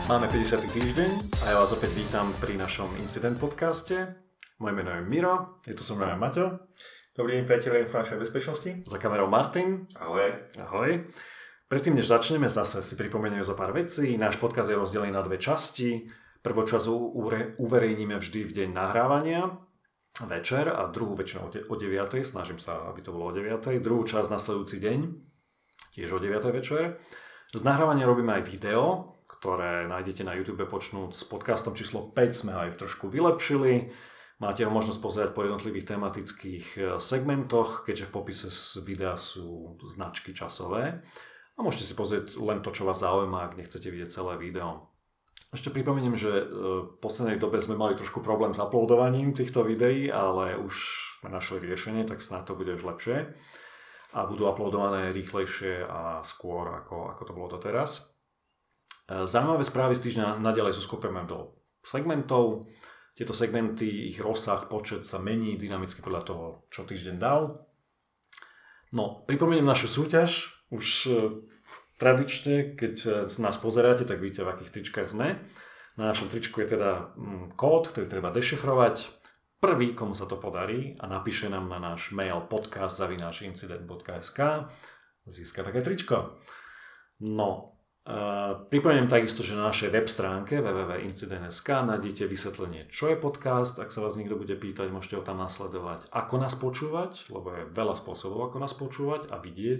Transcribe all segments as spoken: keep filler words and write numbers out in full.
Máme päťdesiaty týždeň a ja vás opäť vítam pri našom Incident podcaste. Moje meno je Miro, je tu so mnou Maťo. Dobrý deň, priatelia informačnej bezpečnosti. Za kamerou Martin. Ahoj. Ahoj. Predtým, než začneme, zase si pripomenieme zo pár vecí. Náš podcast je rozdelený na dve časti. Prvú časť uverejníme vždy v deň nahrávania, večer, a druhú väčšinou o deviatej. Snažím sa, aby to bolo o deviatej. Druhú časť nasledujúci deň, tiež o deviatej večer. Z nahrávania robíme aj video, ktoré nájdete na YouTube počnúť s podcastom číslo päť. Sme ho aj trošku vylepšili. Máte ho možnosť pozerať po jednotlivých tematických segmentoch, keďže v popise z videa sú značky časové. A môžete si pozrieť len to, čo vás zaujíma, ak nechcete vidieť celé video. Ešte pripomeniem, že v poslednej dobe sme mali trošku problém s uploadovaním týchto videí, ale už sme našli riešenie, tak snáď to bude už lepšie. A budú uploadované rýchlejšie a skôr, ako, ako to bolo doteraz. Zaujímavé správy z týždňa naďalej zoskupujeme do segmentov. Tieto segmenty, ich rozsah, počet sa mení dynamicky podľa toho, čo týždeň dal. No, pripomeniem našu súťaž. Už tradične, keď nás pozeráte, tak vidíte, v akých tričkách sme. Na našom tričku je teda kód, ktorý treba dešifrovať. Prvý, komu sa to podarí a napíše nám na náš mail podcast zavináč incident bodka es ká, získa také tričko. No, Uh, pripomeniem takisto, že na našej web stránke w w w bodka incident bodka es ká nájdete vysvetlenie, čo je podcast. Ak sa vás niekto bude pýtať, môžete ho tam nasledovať, ako nás počúvať, lebo je veľa spôsobov, ako nás počúvať a vidieť.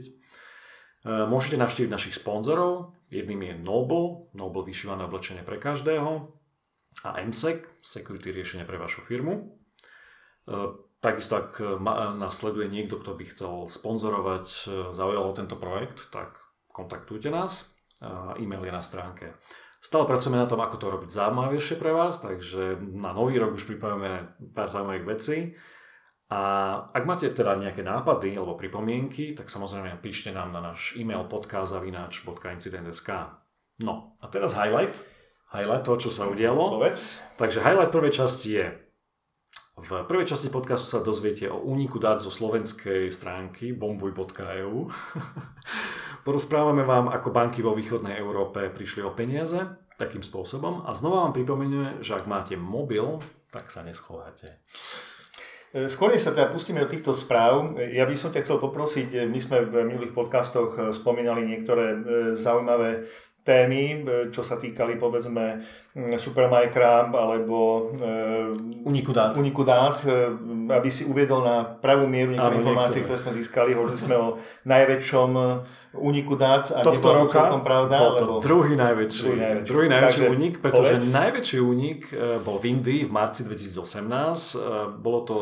Uh, môžete navštíviť našich sponzorov. Jedným je Noble, Noble vyšívané oblečenie pre každého, a em sec, security riešenie pre vašu firmu. Uh, takisto, ak ma, nás sleduje niekto, kto by chcel sponzorovať, zaujal ho tento projekt, tak kontaktujte nás. E-mail je na stránke. Stále pracujeme na tom, ako to robiť zaujímavejšie pre vás, takže na nový rok už pripravíme pár zaujímavých vecí. A ak máte teda nejaké nápady alebo pripomienky, tak samozrejme píšte nám na náš e-mail podcast zavináč incident bodka es ká. No a teraz highlight. Highlight toho, čo sa udialo. Povedz. Takže highlight prvej časti je: v prvej časti podcastu sa dozviete o úniku dát zo slovenskej stránky bombuj bodka e u. Porozprávame vám, ako banky vo východnej Európe prišli o peniaze takým spôsobom, a znova vám pripomíname, že ak máte mobil, tak sa neschováte. Skôr sa teda pustíme do týchto správ. Ja by som ťa chcel poprosiť, my sme v minulých podcastoch spomínali niektoré zaujímavé témy, čo sa týkali, povedzme, Supermicra alebo uniku dát. uniku dát, aby si uviedol na pravú mieru niektoré informácie, ktoré sme získali. Hovorili sme o najväčšom úniku dát a nebolo to celkom pravda. Bol to lebo... druhý najväčší, druhý najväčší, druhý najväčší Takže, únik, pretože povedz. najväčší únik bol v Indii v marci dvetisícosemnásť. Bolo to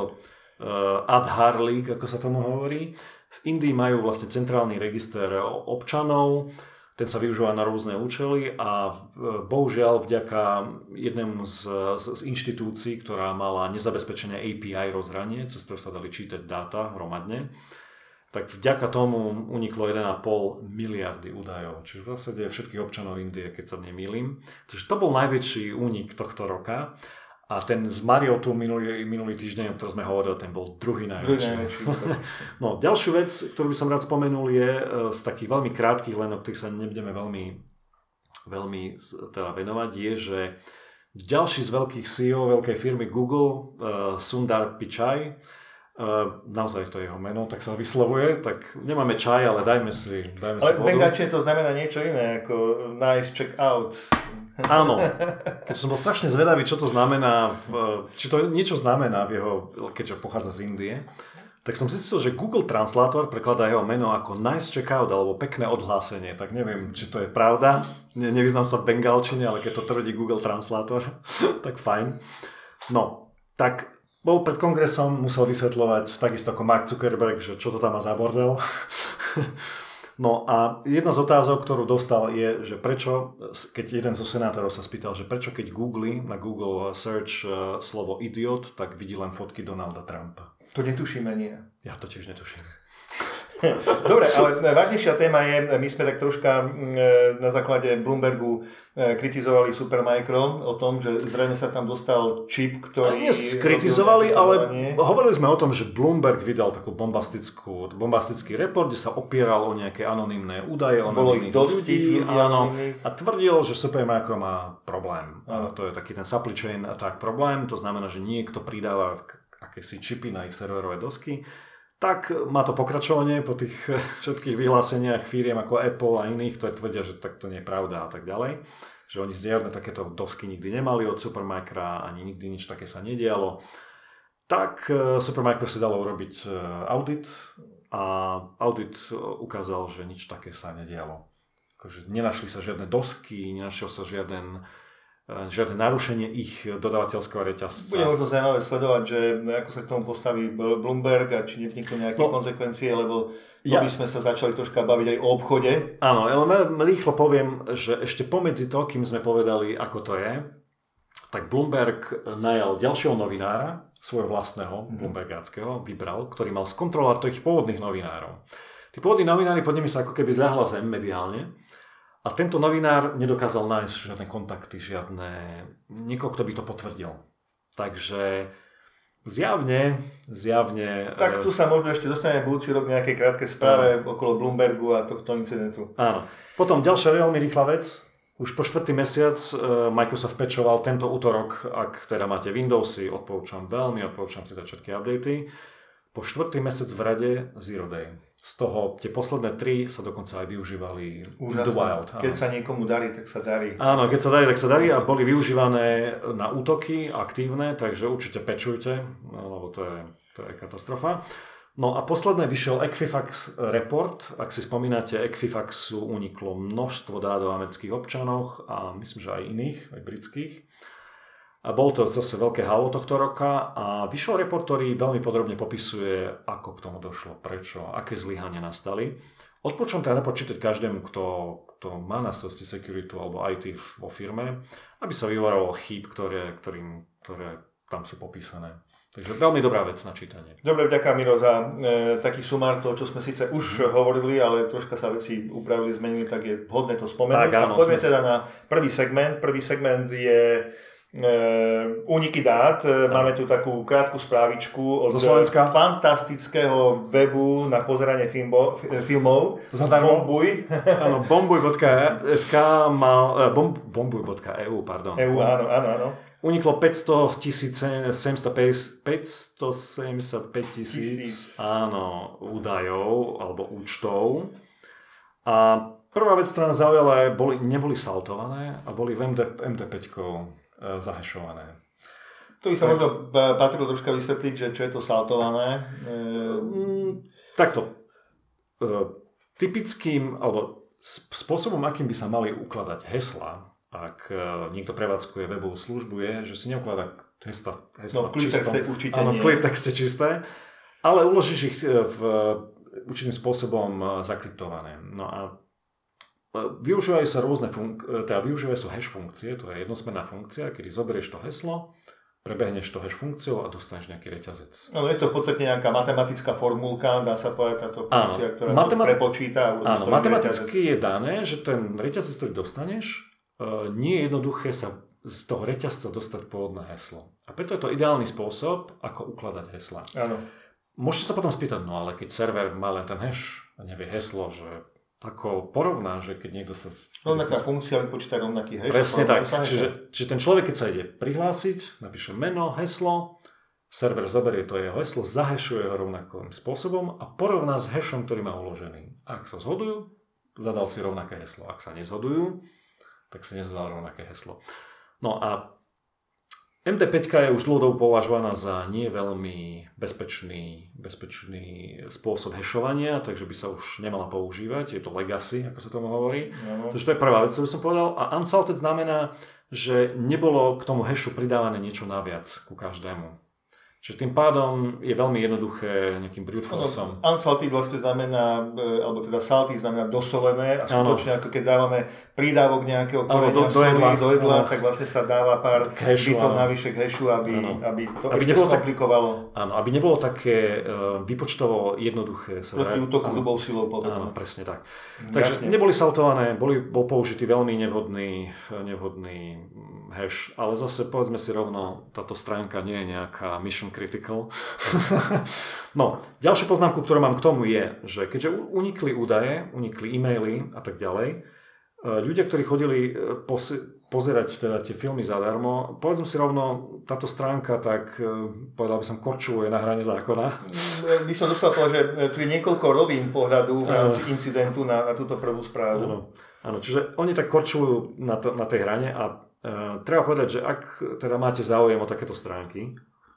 Aadhaar Leak, ako sa tomu hovorí. V Indii majú vlastne centrálny register občanov. Ten sa využíva na rôzne účely a bohužiaľ vďaka jednému z, z inštitúcií, ktorá mala nezabezpečené á pé í rozhranie, cez ktoré sa dali čítať dáta hromadne, tak vďaka tomu uniklo jeden a pol miliardy údajov. Čiže v zásade všetkých občanov Indie, keď sa nemýlim. Takže to bol najväčší únik tohto roka. A ten z Mariotu minulý, minulý týždeň, o ktorom sme hovorili, ten bol druhý najväčší. No, ďalšiu vec, ktorú by som rád spomenul, je z takých veľmi krátkych, len o ktorých sa nebudeme veľmi, veľmi teda venovať, je, že ďalší z veľkých sí í ó veľkej firmy Google, uh, Sundar Pichai, uh, naozaj to je jeho meno, tak sa vyslovuje, tak nemáme čaj, ale dajme si, dajme ale si vodu. v bengačine to znamená niečo iné, ako nice check out. Áno, keď som bol strašne zvedavý, čo to znamená, či to niečo znamená v jeho, keďže pochádza z Indie, tak som zistil, že Google Translator prekladá jeho meno ako nice checkout alebo pekné odhlásenie, tak neviem, či to je pravda, ne, nevyznám sa v bengalčine, ale keď to tvrdí Google Translator, tak fajn. No, tak bol pred kongresom, musel vysvetľovať takisto ako Mark Zuckerberg, že čo to tam má za bordel. No a jedna z otázok, ktorú dostal, je, že prečo, keď jeden zo senátorov sa spýtal, že prečo keď googli na Google search uh, slovo idiot, tak vidí len fotky Donalda Trumpa. To netušíme, nie. Ja to tiež netuším. Dobre, ale vážnejšia téma je, my sme tak troška na základe Bloombergu kritizovali Supermicro o tom, že zrejme sa tam dostal čip, ktorý... Nie, kritizovali, ale hovorili sme o tom, že Bloomberg vydal takú bombastickú, bombastický report, kde sa opieral o nejaké anonymné údaje, o anonymných ľudí, áno, a tvrdil, že Supermicro má problém. A to je taký ten supply chain attack problém, to znamená, že niekto pridáva akési čipy na ich serverové dosky. Tak má to pokračovanie po tých všetkých vyhláseniach firiem ako Apple a iných, ktoré tvrdia, že tak to nie je pravda a tak ďalej. Že oni žiadne takéto dosky nikdy nemali od Supermicra, ani nikdy nič také sa nedialo. Tak Supermicro si dalo urobiť audit a audit ukázal, že nič také sa nedialo. Akože nenašli sa žiadne dosky, nenašiel sa žiaden žiadne narušenie ich dodavateľského reťazca. Bude možno zaujímavé sledovať, že ako sa k tomu postaví Bloomberg a či nevzniknú nejaké no, konsekvencie, lebo to ja. by sme sa začali troška baviť aj o obchode. Áno, ale rýchlo poviem, že ešte pomedzi to, kým sme povedali, ako to je, tak Bloomberg najal ďalšieho novinára, svojho vlastného, mm-hmm. bloombergáckého, vybral, ktorý mal skontrolovať tých pôvodných novinárov. Tí pôvodní novinári, pod nimi sa ako keby zľahla zem mediálne. A tento novinár nedokázal nájsť žiadne kontakty, žiadne, niekoho, kto by to potvrdil. Takže zjavne, zjavne... Tak tu sa možno ešte dostane budúci rok nejaké krátke správe áno. okolo Bloombergu a tohto incidentu. Áno. Potom ďalšia veľmi rýchla vec. Už po štvrtý mesiac Microsoft patchoval tento útorok, ak teda máte Windowsy, odporúčam veľmi, odporúčam si dať všetky updaty. Po štvrtý mesiac v rade Zero Day. Z toho tie posledné tri sa dokonca aj využívali in the wild. Áno. Keď sa niekomu darí, tak sa darí. Áno, keď sa darí, tak sa darí a boli využívané na útoky aktívne, takže určite pečujte, lebo to je, to je katastrofa. No a posledné vyšiel Equifax report. Ak si spomínate, Equifaxu uniklo množstvo dát o amerických občanoch a myslím, že aj iných, aj britských. A bol to zase veľké halo tohto roka a vyšiel report, ktorý veľmi podrobne popisuje, ako k tomu došlo, prečo, aké zlyhania nastali. Odporúčam ten report čítať každému, kto, kto má na starosti security alebo í té vo firme, aby sa vyvaroval chýb, ktoré, ktorým, ktoré tam sú popísané. Takže veľmi dobrá vec na čítanie. Dobre, vďaka Miro za e, taký sumár toho, čo sme síce už mm. hovorili, ale troška sa veci upravili, zmenili, tak je vhodné to spomenúť. A poďme teda na prvý segment. Prvý segment je Uh, úniky dát. No. Máme tu takú krátku správičku od fantastického webu na pozeranie filmo, filmov. Bombuj. Áno, bombuj bodka es ká mal, bom, bombuj bodka é ú, pardon. é ú, áno, áno, áno. Uniklo päťstosedemdesiatpäť tisíc áno, údajov alebo účtov. A prvá vec, ktorá nás zaujala, boli, neboli saltované a boli v em dé päť zahešované. To by sa možno patrilo troška vysvetliť, že čo je to saltované. Mm, takto. E, typickým, alebo spôsobom, akým by sa mali ukladať hesla, ak niekto prevádzkuje webovú službu, je, že si neukladá hesla, hesla no, v kliptexte určite áno, v kliptexte čisté, ale uložíš ich v určitým spôsobom zakryptované. No a využívajú sa rôzne funkcie, teda využívajú sa hash funkcie, to je jednosmerná funkcia, kedy zoberieš to heslo, prebehneš to hash funkciou a dostaneš nejaký reťazec. No je to v podstate nejaká matematická formulka, dá sa povedať táto funkcia, áno, ktorá matemat- to prepočíta. Áno, matematicky je dané, že ten reťazec, ktorý dostaneš, nie je jednoduché sa z toho reťazca dostať pôvodné heslo. A preto je to ideálny spôsob, ako ukladať hesla. Áno. Môžete sa potom spýtať, no ale keď server má len ten hash a nevie heslo, že ako porovná, že keď niekto sa... Rovnaká funkcia vypočíta rovnaký hash. Presne tak. Čiže, čiže ten človek, keď sa ide prihlásiť, napíše meno, heslo, server zoberie to jeho heslo, zahešuje ho rovnakým spôsobom a porovná s hashom, ktorý má uložený. Ak sa zhodujú, zadal si rovnaké heslo. Ak sa nezhodujú, tak si nezadal rovnaké heslo. No a em dé päť je už dlhodobo považovaná za nie veľmi bezpečný, bezpečný spôsob hešovania, takže by sa už nemala používať. Je to legacy, ako sa tomu hovorí. No. Takže to je prvá vec, ktorú som povedal. A unsalted znamená, že nebolo k tomu hashu pridávané niečo naviac ku každému. Čiže tým pádom je veľmi jednoduché nejakým brute forceom. Unsalted vlastne znamená, alebo teda salty znamená dosolené a skutočne ako keď dávame prídavok nejakého koreňa do, do jedla, do jedla tak vlastne sa dáva pár bitov navyše k hešu, aby, aby to aby ešte skomplikovalo. Áno, aby nebolo také uh, vypočtovo jednoduché. Proti útoku hrubou silou potom. Áno, presne tak. Takže Jasne. neboli saltované, boli, bol použitý veľmi nevhodný, nevhodný hash, ale zase povedzme si rovno, táto stránka nie je nejaká mission critical. No, ďalšiu poznámku, ktorú mám k tomu je, že keďže unikli údaje, unikli e-maily a tak ďalej, ľudia, ktorí chodili pozerať teda tie filmy zadarmo, povedzme si rovno, táto stránka, tak povedal by som, korčuluje na hrane zákona. By som dostal to, že tu je niekoľko rovín pohľadu v rámci incidentu na, na túto prvú správu. Áno, áno, čiže oni tak korčujú na, to, na tej hrane a e, treba povedať, že ak teda máte záujem o takéto stránky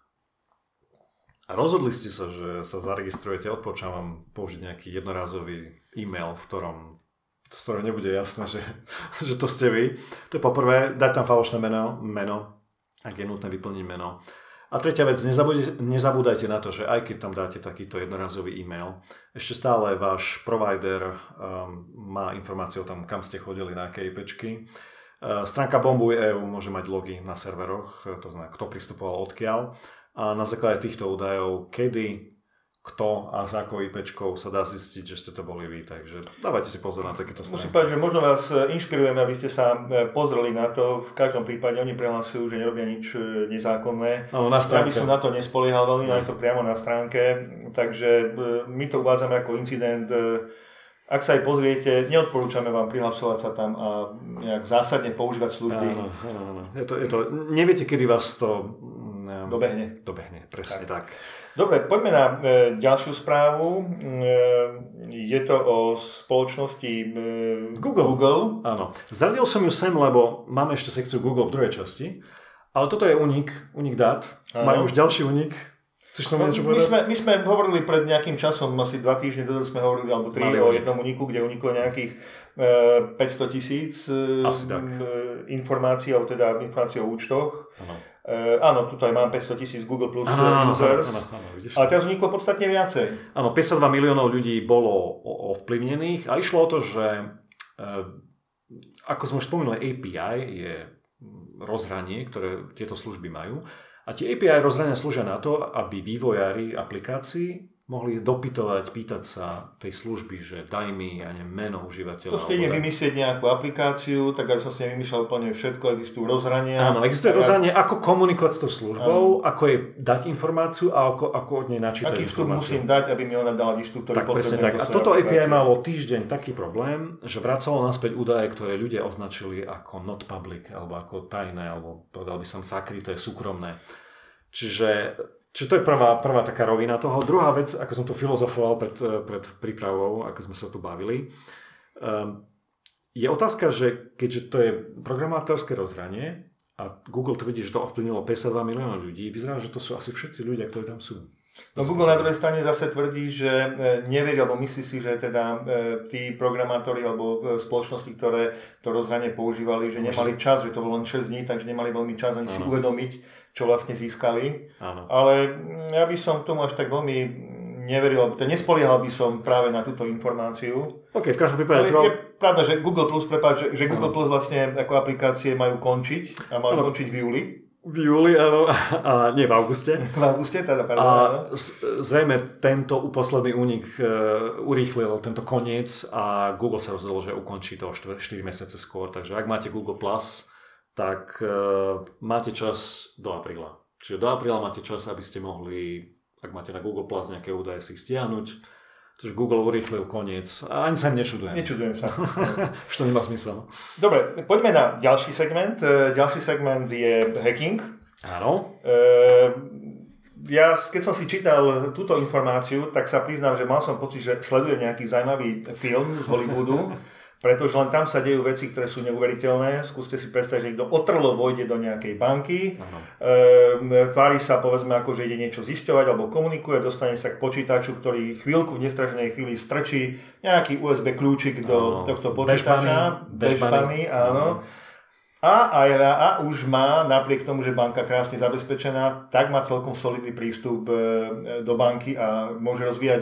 a rozhodli ste sa, že sa zaregistrujete, odporúčam vám použiť nejaký jednorázový e-mail, v ktorom z ktorého nebude jasné, že, že to ste vy. To je poprvé, dať tam falošné meno, meno, ak je nutné vyplniť meno. A tretia vec, nezabúdajte na to, že aj keď tam dáte takýto jednorazový e-mail, ešte stále váš provider um, má informácie o tom, kam ste chodili, na aké IPčky. Uh, stránka Bombuj bodka e u môže mať logy na serveroch, to znamená, kto pristupoval odkiaľ. A na základe týchto údajov, kedy, kto a za akou IPčkou sa dá zistiť, že ste to boli vy. Takže dávajte si pozor na takéto stránky. Musím povedať, že možno vás inšpirujeme, aby ste sa pozreli na to. V každom prípade oni prehlasujú, že nerobia nič nezákonné. No, na ja by som na to nespoliehal veľmi, na to priamo na stránke. Takže my to uvádzame ako incident. Ak sa aj pozriete, neodporúčame vám prihlasovať sa tam a nejak zásadne používať služby. Áno, áno, áno. Je to, je to, neviete, kedy vás to um, dobehne. Dobehne, presne tak. tak. Dobre, poďme na e, ďalšiu správu. E, je to o spoločnosti e, Google. Google. Áno. Zaradil som ju sem, lebo máme ešte sekciu Google v druhej časti. Ale toto je unik, unik dát. Áno. Majú už ďalší unik. Chceš tomu no, niečo povedať? My sme, my sme hovorili pred nejakým časom, asi dva týždne dozadu sme hovorili, alebo tri, Mali o jednom uniku, kde uniklo nejakých e, päťsto tisíc e, informácií, alebo teda informácií o účtoch. Áno. Uh, áno, tuto aj mám päťsto tisíc Google Plus áno, users, áno, áno, vidíš, ale teraz vzniklo podstatne viacej. Áno, päťdesiatdva miliónov ľudí bolo ovplyvnených a išlo o to, že uh, ako sme už spomínali, á pé í je rozhranie, ktoré tieto služby majú a tie á pé í rozhrania slúžia na to, aby vývojári aplikácií mohli dopytovať, pýtať sa tej služby, že daj mi, ja neviem, meno užívateľa. To ste ide vymyslieť nejakú aplikáciu, tak aj som si nevymýšľal úplne všetko, existujú rozhrania. Áno, existuje rozhranie, ako komunikovať s tou službou, áno. Ako jej dať informáciu a ako, ako od nej načítať aký informáciu. Aký musím dať, aby mi ona dala výstup, ktorý tak, potrebujem. Tak. A toto á pé í malo týždeň taký problém, že vracalo naspäť údaje, ktoré ľudia označili ako not public, alebo ako tajné, alebo povedal by som zakryté, súkromné. Čiže Čiže to je prvá, prvá taká rovina toho. Druhá vec, ako som tu filozofoval pred, pred prípravou, ako sme sa tu bavili, um, je otázka, že keďže to je programátorské rozhranie a Google tvrdí, že to ovplyvnilo päťdesiatdva miliónov ľudí, vyzerá, že to sú asi všetci ľudia, ktorí tam sú. No Google na druhej strane zase tvrdí, že neverí, alebo myslí si, že teda tí programátori alebo spoločnosti, ktoré to rozhranie používali, že nemali čas, že to bolo len šesť dní, takže nemali veľmi čas ani si uvedomiť, čo vlastne získali. Áno. Ale ja by som tomu až tak veľmi neveril, alebo to nespoliehal by som práve na túto informáciu. OK, v každom prípade. Ale je pravda, že Google Plus, prepáč, že, že Google Plus vlastne ako aplikácie majú končiť a majú končiť v júli. V júli, áno, a nie v auguste. V auguste, teda, pardon. A zrejme tento posledný únik uh, urýchlil tento koniec a Google sa rozhodol, že ukončí to štyri mesiace skôr. Takže ak máte Google Plus, tak uh, máte čas do apríla. Čiže do apríla máte čas, aby ste mohli, ak máte na Google Plus nejaké údaje, si ich stiahnuť. Čiže Google urýchlil koniec. A ani sa nečudujem. Nečudujem sa. Už to nemá zmysel. Dobre, poďme na ďalší segment. Ďalší segment je hacking. Áno. E, ja, keď som si čítal túto informáciu, tak sa priznám, že mal som pocit, že sledujem nejaký zaujímavý film z Hollywoodu. Pretože len tam sa dejú veci, ktoré sú neuveriteľné. Skúste si predstaviť, že niekto otrlo vojde do nejakej banky, e, tvári sa povedzme ako, že ide niečo zisťovať alebo komunikuje, dostane sa k počítaču, ktorý chvíľku v nestraženej chvíli strčí nejaký ú es bé kľúčik do tohto počítača, bežbany, áno. A, aj, a už má, napriek tomu, že banka krásne zabezpečená, tak má celkom solidný prístup do banky a môže rozvíjať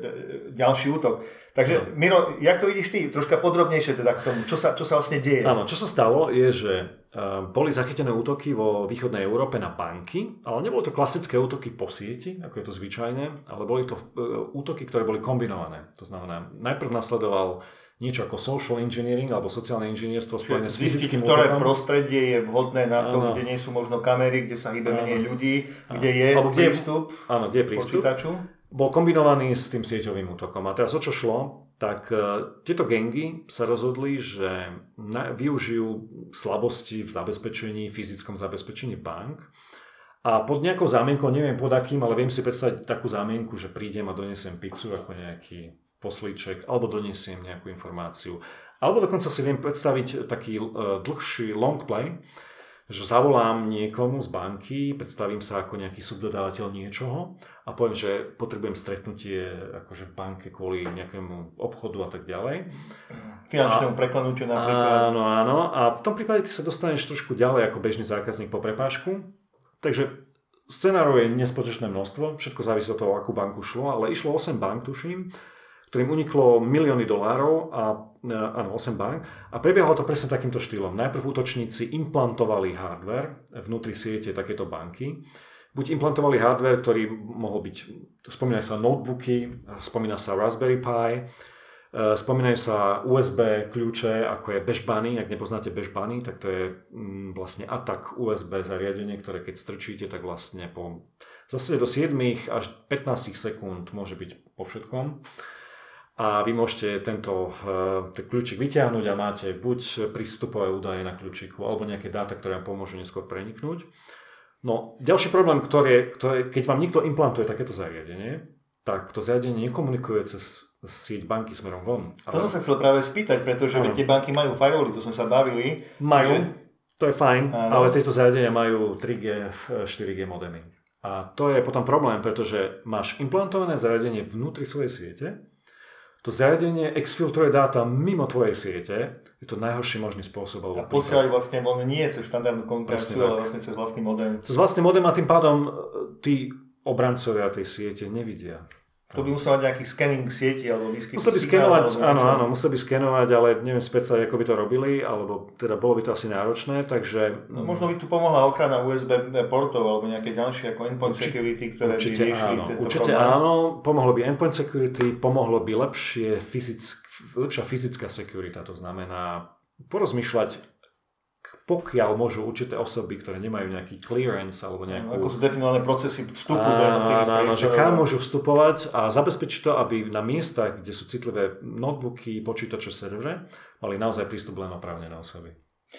ďalší útok. Takže, Miro, jak to vidíš ty? Troška podrobnejšie teda k tomu, čo sa, čo sa vlastne deje? Áno, čo sa stalo je, že boli zachytené útoky vo východnej Európe na banky, ale nebolo to klasické útoky po sieti, ako je to zvyčajné, ale boli to útoky, ktoré boli kombinované. To znamená, najprv nasledoval niečo ako social engineering alebo sociálne inžinierstvo spojené s fyzickým útokom. Ktoré prostredie je vhodné na to, kde nie sú možno kamery, kde sa hýbe menej ľudí, kde je áno, prístup áno, kde je prístup, počítaču. Bol kombinovaný s tým sieťovým útokom. A teraz o čo šlo? Tak uh, tieto gangy sa rozhodli, že na, využijú slabosti v zabezpečení, fyzickom zabezpečení bank. A pod nejakou zámienkou, neviem pod akým, ale viem si predstaviť takú zámienku, že prídem a donesiem pizzu ako nejaký poslíček, alebo donesiem nejakú informáciu. Alebo dokonca si viem predstaviť taký uh, dlhší long play, že zavolám niekomu z banky, predstavím sa ako nejaký subdodávateľ niečoho a poviem, že potrebujem stretnutie akože v banke kvôli nejakému obchodu a tak ďalej. Finančnému preklenutiu napríklad. Áno, áno. A v tom prípade ty sa dostaneš trošku ďalej ako bežný zákazník po prepážku. Takže scenárov je nespočetné množstvo, všetko závisí od toho, akú banku šlo, ale išlo osem bank, tuším, ktorým uniklo milióny dolárov a áno, osem bank a prebiehalo to presne takýmto štýlom. Najprv útočníci implantovali hardware vnútri siete takéto banky. Buď implantovali hardware, ktorý mohol byť, spomínajú sa notebooky, spomína sa Raspberry Pi, spomínajú sa ú es bé kľúče, ako je Bash Bunny. Ak nepoznáte Bash Bunny, tak to je mm, vlastne atak ú es bé zariadenie, ktoré keď strčíte, tak vlastne po zase do sedem až pätnásť sekúnd môže byť po všetkom. A vy môžete tento uh, kľúčik vyťahnuť a máte buď prístupové údaje na kľúčiku, alebo nejaké dáta, ktoré vám pomôžu neskôr preniknúť. No, ďalší problém, ktorý, ktorý, keď vám niekto implantuje takéto zariadenie, tak to zariadenie nekomunikuje cez sieť banky smerom von. Ale... To som sa chcel práve spýtať, pretože tie banky majú firewally, to sme sa bavili. Majú, že... to je fajn, ano. Ale tieto zariadenia majú tri G, štyri G modemy. A to je potom problém, pretože máš implantované zariadenie vnútri svojej siete, to zariadenie exfiltruje dáta mimo tvojej siete, je to najhorší možný spôsob. A posielajú vlastne von nie cez štandardnú komunikáciu, ale vlastne cez vlastný modem. Cez vlastný modem a tým pádom tí obrancovia tej siete nevidia. To by musel mať nejaký scanning sieti alebo výskyt. Musel by skenovať, áno, áno, musel by skenovať, ale neviem si predstaviť, ako by to robili, alebo teda bolo by to asi náročné, takže... No, možno by tu pomohla ochrana ú es bé portov alebo nejaké ďalšie ako endpoint určite, security, ktoré určite, by riešili áno, tento určite problém. áno, pomohlo by endpoint security, pomohlo by lepšie fyzick, lepšia fyzická securita, to znamená porozmýšľať, pokiaľ môžu určité osoby, ktoré nemajú nejaký clearance alebo nejakú... Ako sú definované procesy vstupu. Áno, áno, že kam môžu vstupovať a zabezpečiť to, aby na miestach, kde sú citlivé notebooky, počítače, servere, mali naozaj prístup len oprávnené osoby.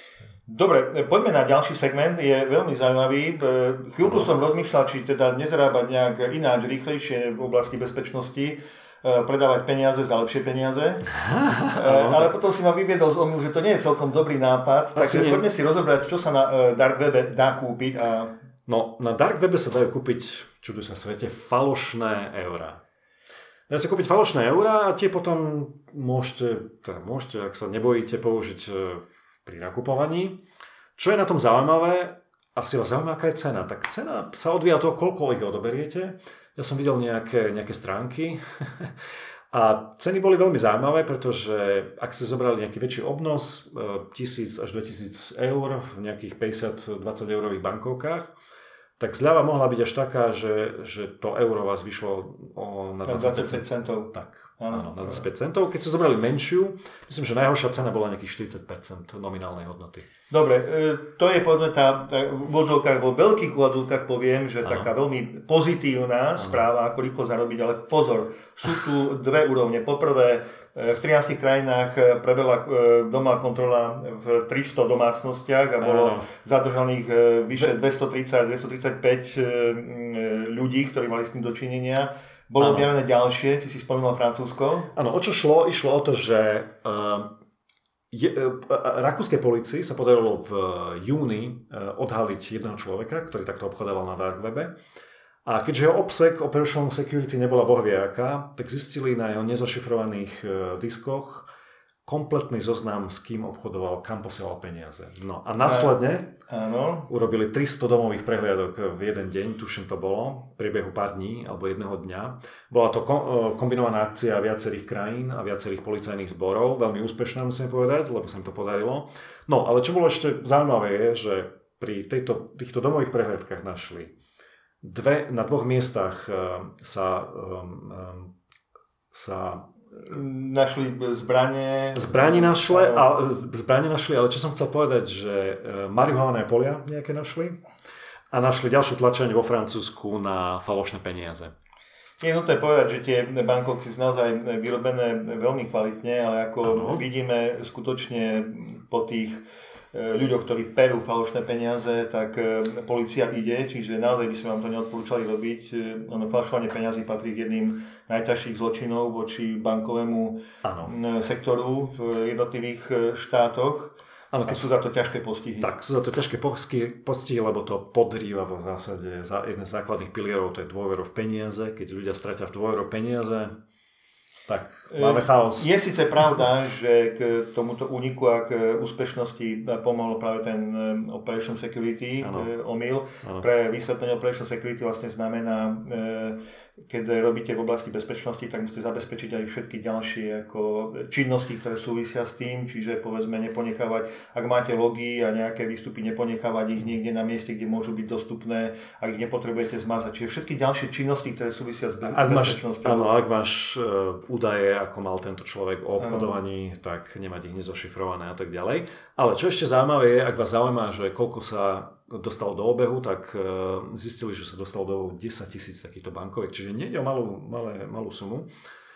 Dobre, poďme na ďalší segment, je veľmi zaujímavý. Chvíľku som rozmýšľal, či teda nezarábať nejak ináč, rýchlejšie v oblasti bezpečnosti, predávať peniaze za lepšie peniaze. Ale potom si ma vyviedol z omylu, že to nie je celkom dobrý nápad. Takže nie. Poďme si rozobrať, čo sa na dark webe dá kúpiť. A... No, na dark webe sa dajú kúpiť, čuduj sa svete, falošné eurá. Dá sa kúpiť falošné eurá a tie potom môžete, teda môžete, ak sa nebojíte, použiť pri nakupovaní. Čo je na tom zaujímavé, asi vás zaujímavá, aká je cena. Tak cena sa odvíja od toho, koľko ich odoberiete. Ja som videl nejaké, nejaké stránky a ceny boli veľmi zaujímavé, pretože ak ste zobrali nejaký väčší obnos, tisíc až dvetisíc eur v nejakých päťdesiat dvadsať eurových bankovkách, tak zľava mohla byť až taká, že, že to euro vás vyšlo o, na dvadsaťpäť centov. Tak, áno, na dvadsaťpäť centov. Keď ste zobrali menšiu, myslím, že najhoršia cena bola nejakých štyridsať percent nominálnej hodnoty. Dobre, to je povedzme tá, v úvodzovkách, vo veľkých úvodzovkách poviem, že ano. Taká veľmi pozitívna ano. Správa, ako rýchlo zarobiť, ale pozor, sú tu dve úrovne. Poprvé, v trinástich krajinách prebehla domová kontrola v tristo domácnostiach a bolo ano. Zadržaných vyše dvestotridsať dvestotridsaťpäť ľudí, ktorí mali s tým dočinenia. Bolo objavené ďalšie, ty si spomínal Francúzsko. Áno, o čo šlo? Išlo o to, že uh, je, uh, rakúskej polícii sa podarilo v júni uh, odhaliť jedného človeka, ktorý takto obchodával na dark webe. A keďže jeho obsek Operational Security nebola bohvie aká, tak zistili na jeho nezašifrovaných uh, diskoch kompletný zoznam, s kým obchodoval, kam posielal peniaze. No a následne Áno. urobili tristo domových prehliadok v jeden deň, tuším to bolo, v priebehu pár dní alebo jedného dňa. Bola to kombinovaná akcia viacerých krajín a viacerých policajných zborov, veľmi úspešná musím povedať, lebo sa im to podarilo. No, ale čo bolo ešte zaujímavé je, že pri tejto, týchto domových prehliadkách našli dve, na dvoch miestach sa, um, sa našli zbranie. Zbranie našli, a, zbranie našli, ale čo som chcel povedať, že marihuané polia nejaké našli a našli ďalšie tlačenie vo Francúzsku na falošné peniaze. Je nutné povedať, že tie bankovky sú naozaj vyrobené veľmi kvalitne, ale ako ano. Vidíme skutočne po tých ľuďoch, ktorí perú falošné peniaze, tak polícia ide, čiže naozaj by sme vám to neodporúčali robiť. Ono falšovanie peniazí patrí k jedným najťažších zločinov voči bankovému ano. sektoru v jednotlivých štátoch. Ano, a sú za to ťažké postihy. Tak, sú za to ťažké postihy, lebo to podrýva v zásade za jeden z základných pilierov, to je dôvera v peniaze. Keď ľudia stratia v dôveru v peniaze, tak máme chaos. Je síce pravda, že k tomuto úniku a k úspešnosti pomohol práve ten Operation Security ano. omyl. Ano. Pre vysvetlenie Operation Security vlastne znamená, keď robíte v oblasti bezpečnosti, tak musíte zabezpečiť aj všetky ďalšie ako činnosti, ktoré súvisia s tým, čiže povedzme neponechávať, ak máte logy a nejaké výstupy, neponechávať ich niekde na mieste, kde môžu byť dostupné, ak ich nepotrebujete zmazať. Čiže všetky ďalšie činnosti, ktoré súvisia s bezpečnosťou. Áno, ak máš uh, údaje, ako mal tento človek o obchodovaní, ano. tak nemať ich nezošifrované a tak ďalej. Ale čo ešte zaujímavé je, ak vás zaujíma, že koľko sa dostalo do obehu, tak zistili, že sa dostalo do desaťtisíc takýchto bankoviek, čiže nie je o malú, malé, malú sumu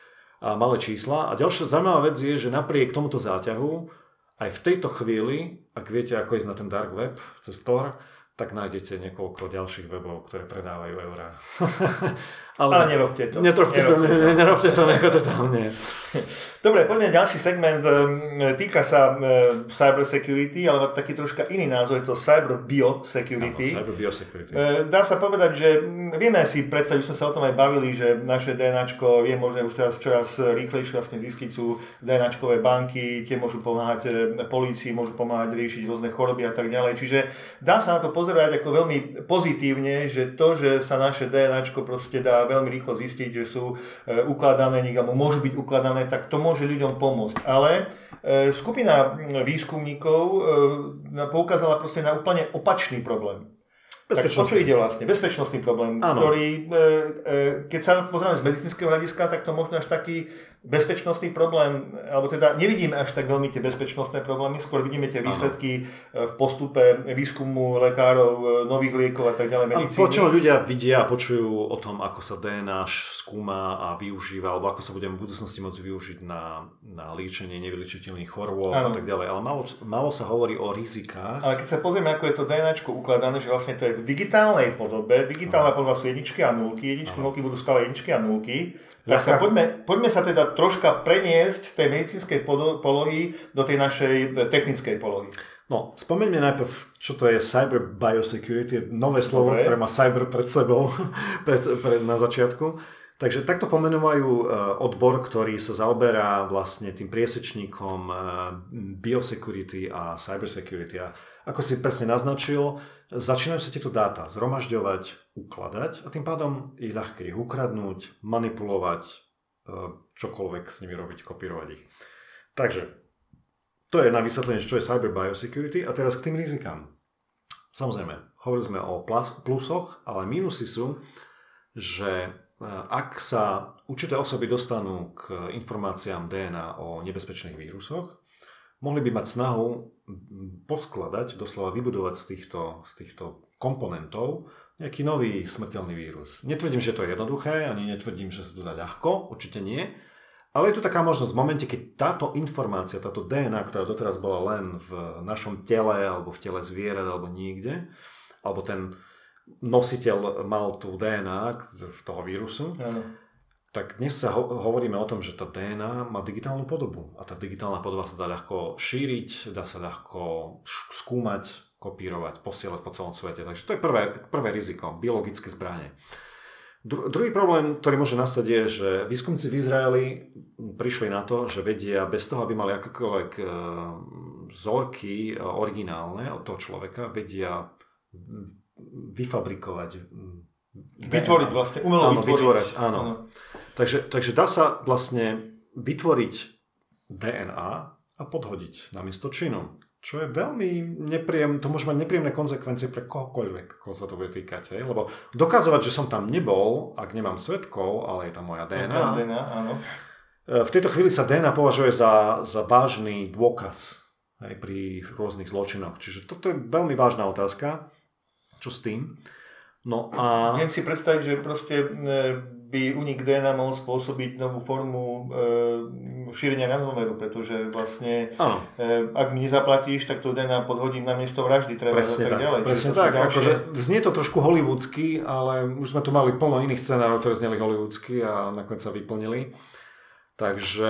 a malé čísla. A ďalšia zaujímavá vec je, že napriek tomuto záťahu, aj v tejto chvíli, ak viete, ako ísť na ten dark web, cez Tor, tak nájdete niekoľko ďalších webov, ktoré predávajú eurá. Ale, Ale nerobte to. Nerobte to, ne, nerobte to, nechoďte tam, nie. Dobre, poďme ďalší segment. Týka sa cyber security, ale taký troška iný názov, je to cyber biosecurity. Áno, cyber biosecurity. Dá sa povedať, že vieme si predstaviť, že sme sa o tom aj bavili, že naše DNAčko je možné už teraz čoraz rýchlejšie vlastne zistiť, sú DNAčkové banky, tie môžu pomáhať polícii, môžu pomáhať riešiť rôzne choroby a tak ďalej. Čiže dá sa na to pozerať ako veľmi pozitívne, že to, že sa naše DNAčko proste dá veľmi rýchlo zistiť, že sú ukladané niekam, môžu byť ukladané, tak to môže ľuďom pomôcť. Ale e, skupina výskumníkov e, poukázala proste na úplne opačný problém. Tak o čo ide vlastne? Bezpečnostný problém, ano. ktorý, e, e, keď sa pozrieme z medicínskeho hľadiska, tak to možno až taký bezpečnostný problém, alebo teda nevidíme až tak veľmi tie bezpečnostné problémy, skôr vidíme tie výsledky ano. v postupe výskumu lekárov, nových liekov a tak ďalej, medicíny. Počujú ľudia vidia a počujú o tom, ako sa dé en á skúma a využíva, alebo ako sa budeme v budúcnosti môcť využiť na, na liečenie nevyliečiteľných chorôb a tak ďalej. Ale malo, malo sa hovorí o rizikách. Ale keď sa pozrieme, ako je to DNAčko ukladané, že vlastne to je v digitálnej podobe, digitálna podoba sú jedničky a nulky, jedničky a nulky budú stále jedničky a nulky. Tak sa poďme, poďme sa teda troška preniesť z tej medicínskej polohy do tej našej technickej polohy. No, spomeňme najprv, čo to je cyber biosecurity, nové slovo, Dobre. ktoré má cyber pred sebou pred, pred, na začiatku. Takže takto pomenúvajú odbor, ktorý sa zaoberá vlastne tým priesečníkom biosecurity a cybersecurity. A ako si presne naznačil, začínajú sa tieto dáta zhromažďovať, ukladať a tým pádom je ľahké ich ukradnúť, manipulovať, čokoľvek s nimi robiť, kopírovať ich. Takže to je na vysvetlenie, čo je cyber biosecurity a teraz k tým rizikám. Samozrejme, hovorili sme o plusoch, ale mínusy sú, že ak sa určité osoby dostanú k informáciám dé en á o nebezpečných vírusoch, mohli by mať snahu poskladať, doslova vybudovať z týchto, z týchto komponentov nejaký nový smrteľný vírus. Netvrdím, že to je jednoduché, ani netvrdím, že sa to dá ľahko, určite nie, ale je tu taká možnosť v momente, keď táto informácia, táto dé en á, ktorá doteraz bola len v našom tele, alebo v tele zvierat, alebo niekde, alebo ten nositeľ mal tú dé en á z toho vírusu, ano. Tak dnes sa ho- hovoríme o tom, že tá dé en á má digitálnu podobu a tá digitálna podoba sa dá ľahko šíriť, dá sa ľahko skúmať, kopírovať, posielať po celom svete. Takže to je prvé, prvé riziko, biologické zbranie. Dru- druhý problém, ktorý môže nastať, je, že výskumníci v Izraeli prišli na to, že vedia bez toho, aby mali akékoľvek e, vzorky e, originálne od toho človeka, vedia vyfabrikovať. Vytvoriť vlastne, umelo áno, vytvoriť. vytvoriť. Áno. áno. Takže, takže dá sa vlastne vytvoriť dé en á a podhodiť namiesto činu. Čo je veľmi nepríjemné, to môže mať nepríjemné konzekvencie pre kohokoľvek, koho sa to bude týkať. Hej? Lebo dokazovať, že som tam nebol, ak nemám svedkov, ale je tam moja dé en á. dé en á áno. V tejto chvíli sa dé en á považuje za, za vážny dôkaz, hej, pri rôznych zločinoch. Čiže toto je veľmi vážna otázka. Čo s tým? No a... Viem si predstaviť, že proste by unik dé en á mohol spôsobiť novú formu e, šírenia ransomwareu, pretože vlastne e, ak mi nezaplatíš, tak to dé en á podhodím na miesto vraždy, treba a tak ďalej. Presne tak, akože znie to trošku hollywoodsky, ale už sme tu mali plno iných scenárov, ktoré zneli hollywoodsky a nakoniec sa vyplnili. Takže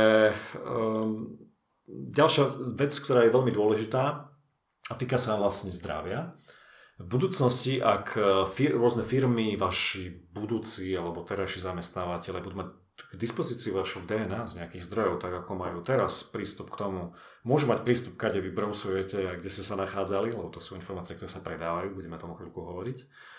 um, ďalšia vec, ktorá je veľmi dôležitá a týka sa vlastne zdravia. V budúcnosti, ak fir- rôzne firmy, vaši budúci alebo terajší zamestnávateľe budú mať k dispozícii vašu dé en á z nejakých zdrojov, tak ako majú teraz prístup k tomu, môžu mať prístup, kade vy browsujete a kde ste sa nachádzali, lebo to sú informácie, ktoré sa predávajú, budeme tomu chvíľku hovoriť,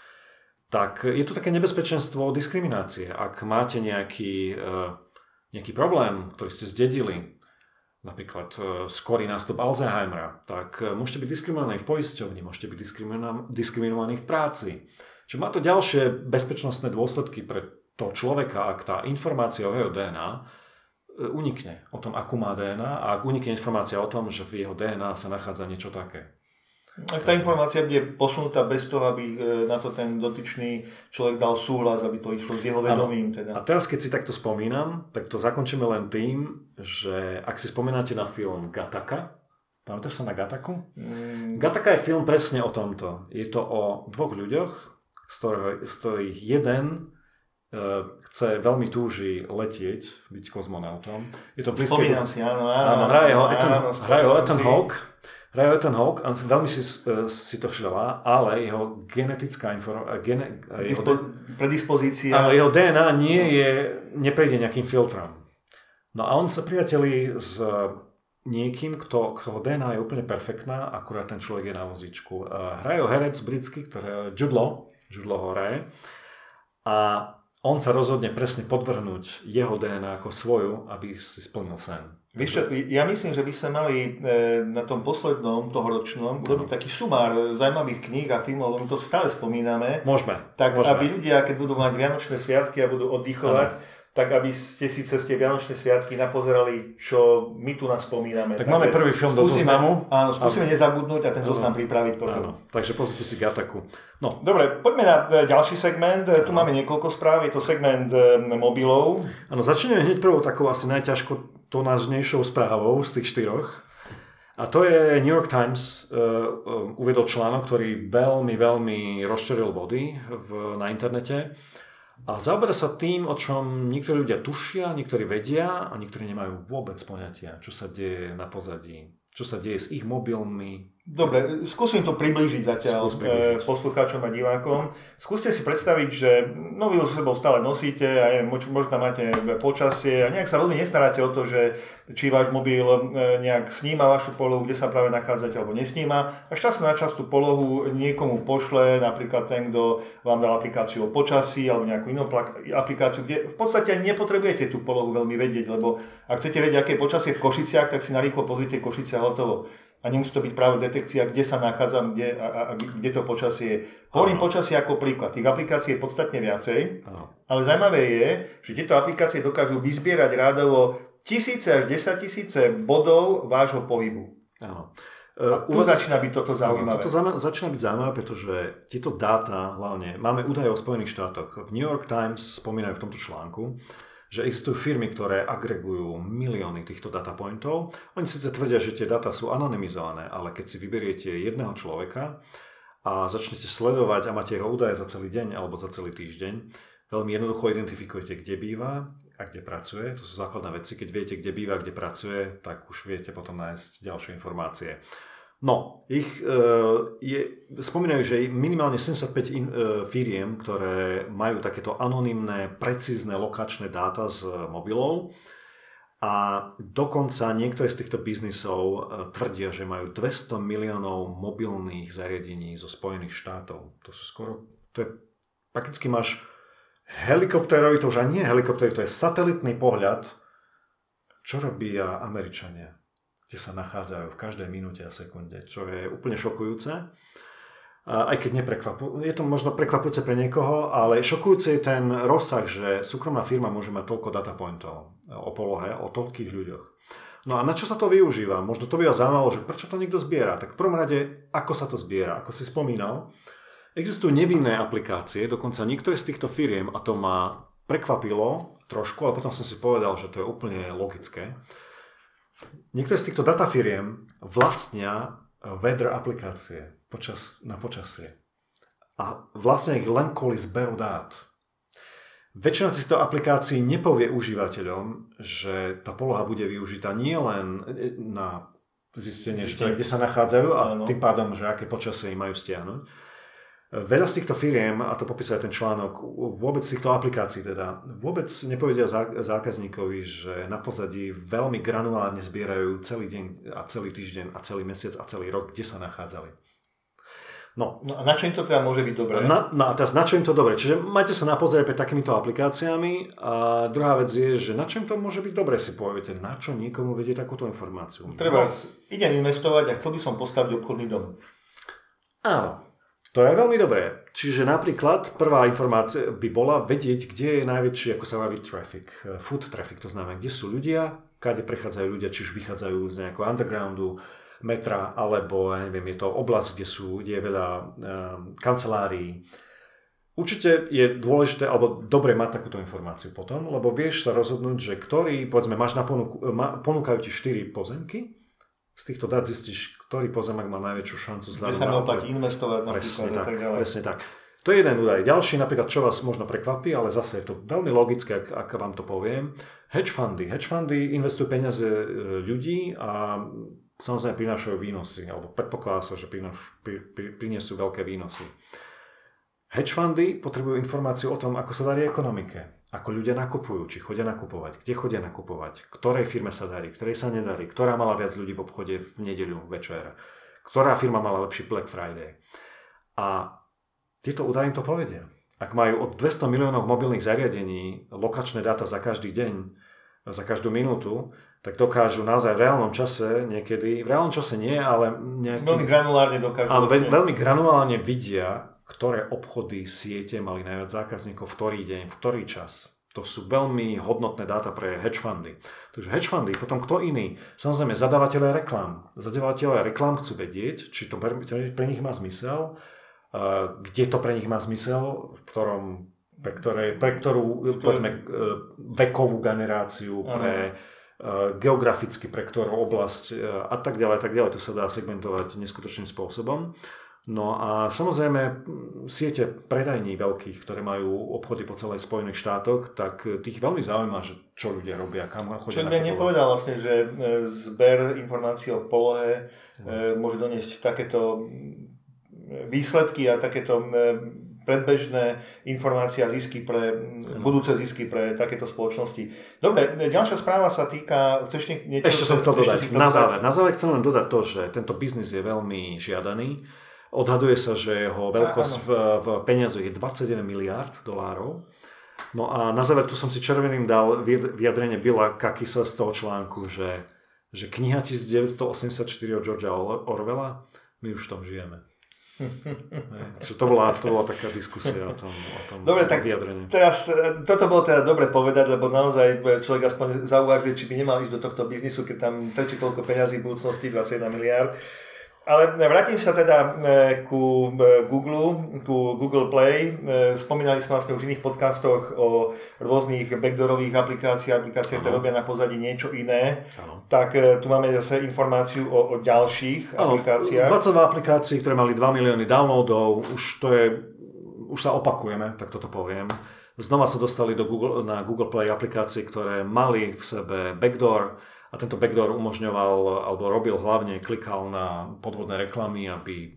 tak je tu také nebezpečenstvo diskriminácie. Ak máte nejaký, nejaký problém, ktorý ste zdedili, napríklad skorý nástup Alzheimera, tak môžete byť diskriminovaní v poisťovni, môžete byť diskriminovaní v práci. Čiže má to ďalšie bezpečnostné dôsledky pre toho človeka, ak tá informácia o jeho dé en á unikne o tom, akú má dé en á a ak unikne informácia o tom, že v jeho dé en á sa nachádza niečo také. Ak tá informácia bude posunutá bez toho, aby na to ten dotyčný človek dal súhlas, aby to išlo s jeho vedomím. Teda. A teraz, keď si takto spomínam, tak to zakončíme len tým, že ak si spomínate na film Gattaca, pamätáš sa na Gattacu? Mm. Gattaca je film presne o tomto. Je to o dvoch ľuďoch, z ktorých, z ktorých jeden e, chce veľmi túži letieť, byť kozmonautom. Je to blízke... Spomínam si, áno, áno. Áno, hraje ho Ethan, hraje ho Ethan Hawke. Hraje Ethan Hawke, on veľmi si, si to želá, ale jeho genetická informácia, gene, jeho, predispozícia, áno, jeho dé en á nie je, neprejde nejakým filtrom. No a on sa priateľí s niekým, kto, kto dé en á je úplne perfektná, akurát ten človek je na vozíčku. Hraje ho herec britský, ktorý Jude Law, Jude Law ho hraje, a on sa rozhodne presne podvrhnúť jeho dé en á ako svoju, aby si splnil sen. Víš čo, ja myslím, že by sme mali e, na tom poslednom tohoročnom urobiť taký sumár zaujímavých kníh a filmov, lebo to stále spomíname. Môžeme. Tak môžeme. aby ľudia, keď budú mať vianočné sviatky a budú oddychovať, ano. Tak aby ste si cez tie vianočné sviatky napozerali, čo my tu nás spomíname. Tak takže máme prvý film do zoznamu. Áno, skúsime nezabudnúť a ten zoznam pripraviť potom. Áno, takže pozrite si Gattacu. No. Dobre, poďme na ďalší segment. Tu ano. Máme niekoľko správ, je to segment mobilov. Áno, začneme hneď prvou takou asi najťažko to nážnejšou správou z tých štyroch. A to je New York Times uh, uh, uvedol článok, ktorý veľmi, veľmi rozčeril body v, na internete. A zaoberá sa tým, o čom niektorí ľudia tušia, niektorí vedia a niektorí nemajú vôbec poňatia, čo sa deje na pozadí, čo sa deje s ich mobilmi. Dobre, skúsim to priblížiť zatiaľ priblížiť. poslucháčom a divákom. Skúste si predstaviť, že mobil s sebou stále nosíte a možno tam máte počasie a nejak sa veľmi nestaráte o to, že či váš mobil nejak sníma vašu polohu, kde sa práve nachádzate alebo nesníma. A z času na čas tú polohu niekomu pošle, napríklad ten, kto vám dal aplikáciu o počasí alebo nejakú inú aplikáciu, kde v podstate nepotrebujete tú polohu veľmi vedieť, lebo ak chcete vedieť, aké je počasie v Košiciach, tak si narýchlo pozrite Košice a hotovo. A nemusí to byť práve detekcia, kde sa nachádzam, kde, a, a, a kde to počasie je. Hovorím počasie ako príklad. Tých aplikácií je podstatne viacej, Aha. ale zaujímavé je, že tieto aplikácie dokážu vyzbierať rádovo tisíce až desaťtisíce bodov vášho pohybu. Áno. A tu uh, začína byť toto zaujímavé. Toto zaujímavé, začína byť zaujímavé, pretože tieto dáta, hlavne, máme údaje o Spojených štátoch. V New York Times spomínajú v tomto článku, že existujú firmy, ktoré agregujú milióny týchto datapointov. Oni síce tvrdia, že tie dáta sú anonymizované, ale keď si vyberiete jedného človeka a začnete sledovať a máte jeho údaje za celý deň alebo za celý týždeň, veľmi jednoducho identifikujete, kde býva a kde pracuje. To sú základné veci. Keď viete, kde býva, kde pracuje, tak už viete potom nájsť ďalšie informácie. No, ich e, je, spomínajú, že minimálne sedemdesiatpäť in, e, firiem, ktoré majú takéto anonymné, precízne lokačné dáta z mobilov a dokonca niektoré z týchto biznisov e, tvrdia, že majú dvesto miliónov mobilných zariadení zo Spojených štátov. To sú skoro, to je, prakticky máš helikoptérový, to už ani nie helikoptérový, to je satelitný pohľad, čo robia Američania, kde sa nachádzajú v každej minúte a sekunde, čo je úplne šokujúce. Aj keď neprekvapujúce, je to možno prekvapujúce pre niekoho, ale šokujúce je ten rozsah, že súkromná firma môže mať toľko data pointov o polohe, o toľkých ľuďoch. No a na čo sa to využíva? Možno to by vás zaujímalo, že prečo to niekto zbiera. Tak v prvom rade, ako sa to zbiera? Ako si spomínal, existujú nevinné aplikácie, dokonca niektoré z týchto firiem, a to ma prekvapilo trošku, ale potom som si povedal, že to je úplne logické. Niektoré z týchto data firiem vlastnia weather aplikácie počas, na počasie. A vlastne ich len kvôli zberu dát. Väčšina týchto aplikácií nepovie užívateľom, že tá poloha bude využitá nie len na zistenie, kde sa nachádzajú a tým pádom, že aké počasie im majú stiahnuť. Veľa z týchto firiem, a to popisuje ten článok, vôbec z týchto aplikácií teda, vôbec nepovedia zákazníkovi, že na pozadí veľmi granulárne zbierajú celý deň a celý týždeň a celý mesiac a celý rok, kde sa nachádzali. No, no a na čo im to teda môže byť dobré? Na, na, teraz na čo im to dobré? Čiže majte sa na pozore pre takýmito aplikáciami a druhá vec je, že na čo im to môže byť dobré, si poviete, na čo niekomu vedie takúto informáciu. Treba, no. Idem investovať a chcel by som postaviť obchodný dom. Áno. To je veľmi dobré. Čiže napríklad prvá informácia by bola vedieť, kde je najväčší, ako sa hovorí, traffic, foot traffic, to znamená, kde sú ľudia, kade prechádzajú ľudia, či už vychádzajú z nejakého undergroundu, metra, alebo, ja neviem, je to oblasť, kde sú, kde je veľa um, kancelárií. Určite je dôležité, alebo dobre mať takúto informáciu potom, lebo vieš sa rozhodnúť, že ktorý, povedzme, máš na ponuku, ma, ponúkajú ti štyri pozemky, z týchto dát zistíš, ktorý pozemak má najväčšiu šancu zľadom. Kde sa neoplatí investovať napríklad. Presne tak, presne tak. To je jeden údaj. Ďalší, napríklad, čo vás možno prekvapí, ale zase je to veľmi logické, ak, ak vám to poviem. Hedge fundy. Hedge fundy investujú peniaze ľudí a samozrejme prinášajú výnosy, alebo predpokladá sa, že prináš, pri, pri, prinesú veľké výnosy. Hedge fundy potrebujú informáciu o tom, ako sa darí ekonomike. Ako ľudia nakupujú, či chodia nakupovať, kde chodia nakupovať, ktorej firme sa darí, ktorej sa nedarí, ktorá mala viac ľudí v obchode v nedeľu večer, ktorá firma mala lepší Black Friday. A tieto údaje im to povedia. Ak majú od dvesto miliónov mobilných zariadení lokačné dáta za každý deň, za každú minútu, tak dokážu naozaj v reálnom čase niekedy, v reálnom čase nie, ale nejaký, veľmi granulárne dokážu. Áno, veľmi granulárne vidia, ktoré obchody, siete mali najviac zákazníkov, v ktorý deň, v ktorý čas. To sú veľmi hodnotné dáta pre hedge fundy. Takže hedge fundy, potom kto iný? Samozrejme, zadávateľe reklám. Zadávateľe reklám chcú vedieť, či to pre nich má zmysel, kde to pre nich má zmysel, v ktorom, pre, ktoré, pre ktorú povedzme, vekovú generáciu, pre geograficky, pre ktorú oblasť a tak ďalej, tak ďalej. To sa dá segmentovať neskutočným spôsobom. No a samozrejme siete predajní veľkých, ktoré majú obchody po celej Spojených štátoch, tak tých veľmi zaujíma, že čo ľudia robia, kam chodia. Čo by nepovedal vlastne, že zber informácií o polohe no. môže doniesť takéto výsledky a takéto predbežné informácie a zisky pre, budúce zisky pre takéto spoločnosti. Dobre, ďalšia správa sa týka... Chceš niečo... Ešte som to dodať. Na záver. Na záver chcem len dodať to, že tento biznis je veľmi žiadaný. Odhaduje sa, že jeho veľkosť v, v peniazoch je dvadsaťjeden miliárd dolárov. No a na záver tu som si červeným dal vyjadrenie Billa Kakisa z toho článku, že, že kniha devätnásťstoosemdesiatštyri od Georgea Orwella, my už v tom žijeme. Čo to bola, to bola taká diskusia o tom, o tom dobre, tak vyjadrení. Teraz, toto bolo teda dobre povedať, lebo naozaj človek aspoň zauvažuje, či by nemal ísť do tohto biznisu, keď tam trčí toľko peňazí v budúcnosti, dvadsaťjeden miliárd. Ale vrátim sa teda ku Google, ku Google Play. Spomínali sme vlastne už v iných podcastoch o rôznych backdoorových aplikáciách, aplikáciách, ktoré robia na pozadí niečo iné. Ano. Tak tu máme zase informáciu o, o ďalších ano, aplikáciách. dvadsaťdva aplikácií, ktoré mali dva milióny downloadov, už to je, už sa opakujeme, tak toto poviem. Znova sa dostali do Google, na Google Play aplikácie, ktoré mali v sebe backdoor a tento backdoor umožňoval, alebo robil hlavne, klikal na podvodné reklamy, aby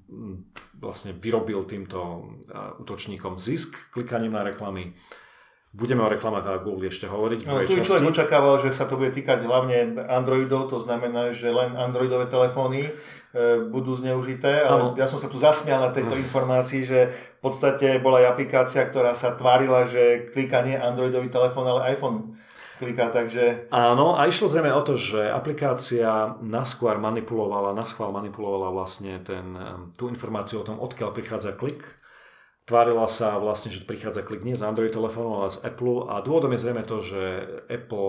vlastne vyrobil týmto útočníkom zisk klikaním na reklamy. Budeme o reklamách na Google ešte hovoriť. No, tu človek očakával, že sa to bude týkať hlavne Androidov, to znamená, že len Androidové telefóny budú zneužité, ale ano. Ja som sa tu zasmial na tejto informácii, že v podstate bola aj aplikácia, ktorá sa tvárila, že klika nie Androidový telefón, ale iPhone klika, takže... Áno, a išlo zrejme o to, že aplikácia naskôr manipulovala, naschvál manipulovala vlastne ten, tú informáciu o tom, odkiaľ prichádza klik. Tvárila sa vlastne, že prichádza klik nie z Android telefónu, ale z Apple a dôvodom je zrejme to, že Apple,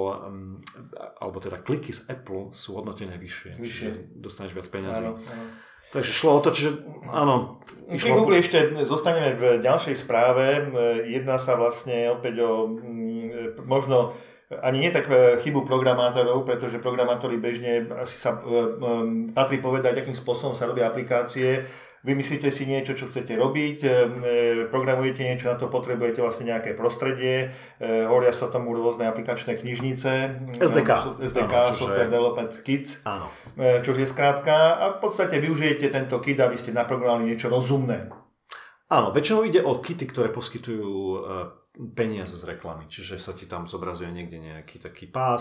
alebo teda kliky z Apple sú hodnotené vyššie. Vyššie. Dostaneš viac peňazí. Áno, áno. Takže šlo o to, čiže áno. Pri Google ešte zostaneme v ďalšej správe. Jedná sa vlastne opäť o možno ani nie tak chybu programátorov, pretože programátori bežne asi sa patrí povedať, akým spôsobom sa robia aplikácie. Vymyslíte si niečo, čo chcete robiť, programujete niečo, na to potrebujete vlastne nejaké prostredie, hovoria sa tomu rôzne aplikačné knižnice, es dé ká, es dé ká, áno, Software Development Kit, áno. Čo je skrátka, a v podstate využijete tento kit, aby ste naprogramovali niečo rozumné. Áno, väčšinou ide o kity, ktoré poskytujú peniaze z reklamy, čiže sa ti tam zobrazuje niekde nejaký taký pás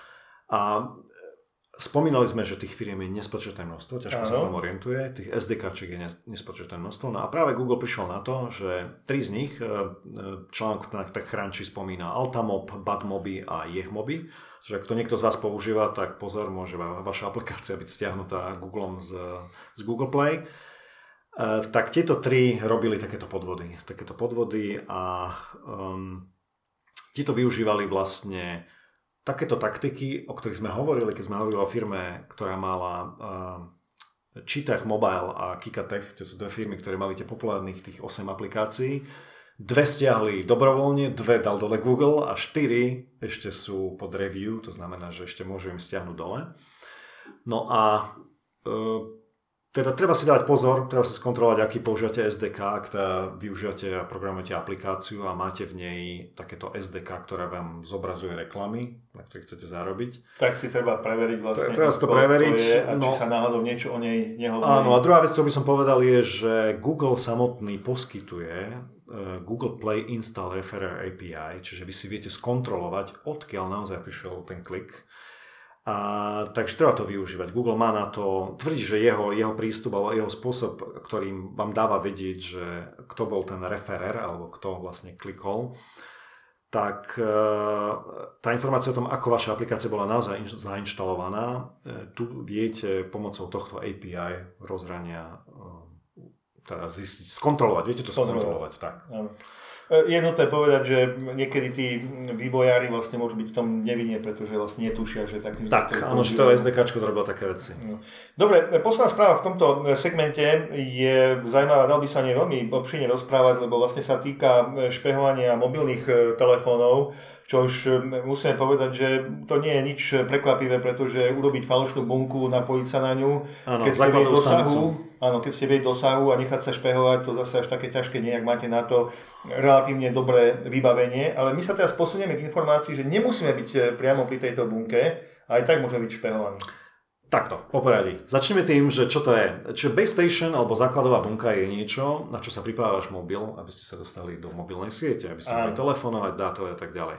a spomínali sme, že tých firiem je nespočetné množstvo, ťažko sa tam orientuje, tých es dé káčiek je nespočetné množstvo. No a práve Google prišiel na to, že tri z nich, článok na TechCrunchi spomína Altamob, Badmoby a Yehmoby, že ak to niekto z vás používa, tak pozor, môže vaša aplikácia byť stiahnutá Googlom z, z Google Play. Tak tieto tri robili takéto podvody, takéto podvody a um, títo využívali vlastne takéto taktiky, o ktorých sme hovorili, keď sme hovorili o firme, ktorá mala uh, Cheetah Mobile a Kikatech, to sú dve firmy, ktoré mali tie populárnych tých osem aplikácií. Dve stiahli dobrovoľne, dve dal dole Google a štyri ešte sú pod review, to znamená, že ešte môžu im stiahnuť dole. No a uh, teda treba si dať pozor, treba si skontrolovať, aký používate es dé ká, ak teda využívate a programujete aplikáciu a máte v nej takéto es dé ká, ktoré vám zobrazuje reklamy, na ktorých chcete zarobiť. Tak si treba preveriť vlastne, treba to preveriť, to je, a či no, sa náhodou niečo o nej nehovorí. Áno, a druhá vec, čo by som povedal, je, že Google samotný poskytuje uh, Google Play Install Referrer á pé í, čiže vy si viete skontrolovať, odkiaľ naozaj prišiel ten klik. A, takže treba to využívať. Google má na to, tvrdí, že jeho, jeho prístup alebo jeho spôsob, ktorým vám dáva vedieť, že kto bol ten referer alebo kto vlastne klikol, tak e, tá informácia o tom, ako vaša aplikácia bola naozaj zainštalovaná, e, tu viete pomocou tohto á pé í rozhrania e, teda zistiť, skontrolovať, viete to skontrolovať, tak. Je nutné povedať, že niekedy tí vývojári vlastne môžu byť v tom nevinne, pretože vlastne netušia, že takým... Tak, áno, že to es dé káčko robilo také veci. No. Dobre, posledná správa v tomto segmente je zaujímavá, dal by sa nej veľmi obširne rozprávať, lebo vlastne sa týka špehovania mobilných telefónov, čo už musíme povedať, že to nie je nič prekvapivé, pretože urobiť falošnú bunku, napojiť sa na ňu, áno, keď ste v dosahu, áno, keď ste v dosahu a nechať sa špehovať, to zase až také ťažké nie, ak máte na to relatívne dobré vybavenie. Ale my sa teraz posunieme k informácii, že nemusíme byť priamo pri tejto bunke, a aj tak môžeme byť špehovaní. Takto, po poradí. Začneme tým, že čo to je. Čiže base station alebo základová bunka je niečo, na čo sa pripáva váš mobil, aby ste sa dostali do mobilnej siete, aby ste mohli telefonovať, dátovať a tak ďalej.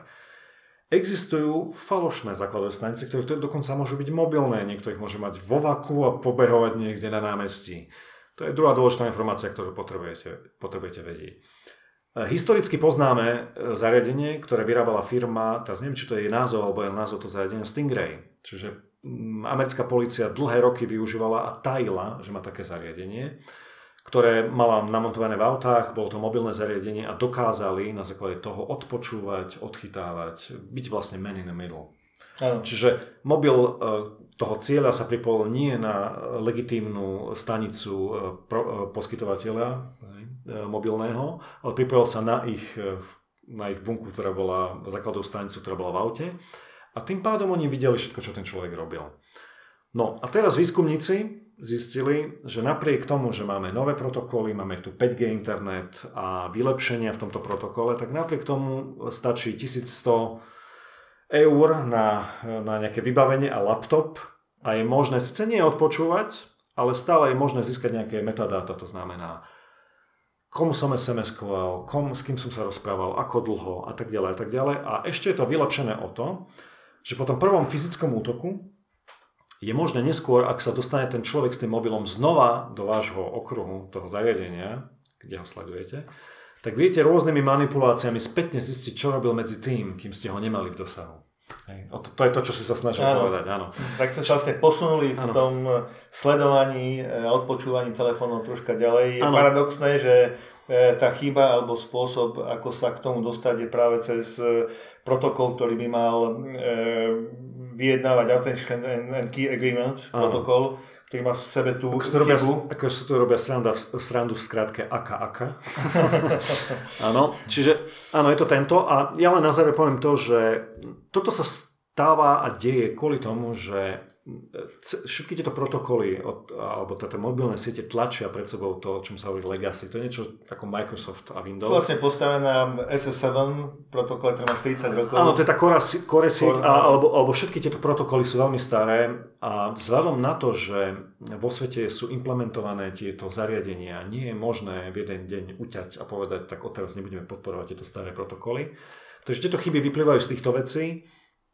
Existujú falošné základové stanice, ktoré dokonca môžu byť mobilné. Niekto ich môže mať vo vaku a pobehovať niekde na námestí. To je druhá dôležitá informácia, ktorú potrebujete, potrebujete vedieť. Historicky poznáme zariadenie, ktoré vyrábala firma, teraz neviem, či to je jej názov, alebo je názov to zariadenie Stingray. Čiže americká polícia dlhé roky využívala a tajila, že má také zariadenie, ktoré mala namontované v autách, bolo to mobilné zariadenie a dokázali na základe toho odpočúvať, odchytávať, byť vlastne man in the middle. Ano. Čiže mobil toho cieľa sa pripojil nie na legitímnu stanicu poskytovateľa mobilného, ale pripojil sa na ich, na ich bunku, ktorá bola, základovú stanicu, ktorá bola v aute. A tým pádom oni videli všetko, čo ten človek robil. No a teraz výskumníci zistili, že napriek tomu, že máme nové protokoly, máme tu päť G internet a vylepšenia v tomto protokole, tak napriek tomu stačí tisícsto eur na, na nejaké vybavenie a laptop a je možné síce nie odpočúvať, ale stále je možné získať nejaké metadáta, to znamená, komu som es em eskoval, komu, s kým som sa rozprával, ako dlho a tak ďalej a tak ďalej. A ešte je to vylepšené o to, že po tom prvom fyzickom útoku je možné neskôr, ak sa dostane ten človek s tým mobilom znova do vášho okruhu toho zariadenia, kde ho sledujete, tak viete rôznymi manipuláciami spätne zistiť, čo robil medzi tým, kým ste ho nemali v dosahu. Hej. To, to je to, čo si sa snažil áno. povedať. Áno. Tak sme sa vlastne posunuli v áno. tom sledovaní a odpočúvaní telefónov troška ďalej. Je áno. paradoxné, že tá chyba alebo spôsob, ako sa k tomu dostať, je práve cez protokol, ktorý by mal vyjednávať Authentication and Key Agreement protokol, ktorý má v sebe tú chybu. Ako sa tu robia sranda, srandu v skratke á ká á ká. Áno, čiže áno, je to tento. A ja len na záver poviem to, že toto sa stáva a deje kvôli tomu, že všetky tieto protokoly od, alebo tieto mobilné siete tlačia pred sebou to, o čom sa hovorí legacy. To je niečo ako Microsoft a Windows. Vlastne postavené na es es sedem protokole, ktorý má štyridsať rokov. Áno, to je tá Core, Core sieť, alebo, alebo všetky tieto protokoly sú veľmi staré a vzhľadom na to, že vo svete sú implementované tieto zariadenia, nie je možné v jeden deň uťať a povedať, tak odteraz nebudeme podporovať tieto staré protokoly. Takže tieto chyby vyplývajú z týchto vecí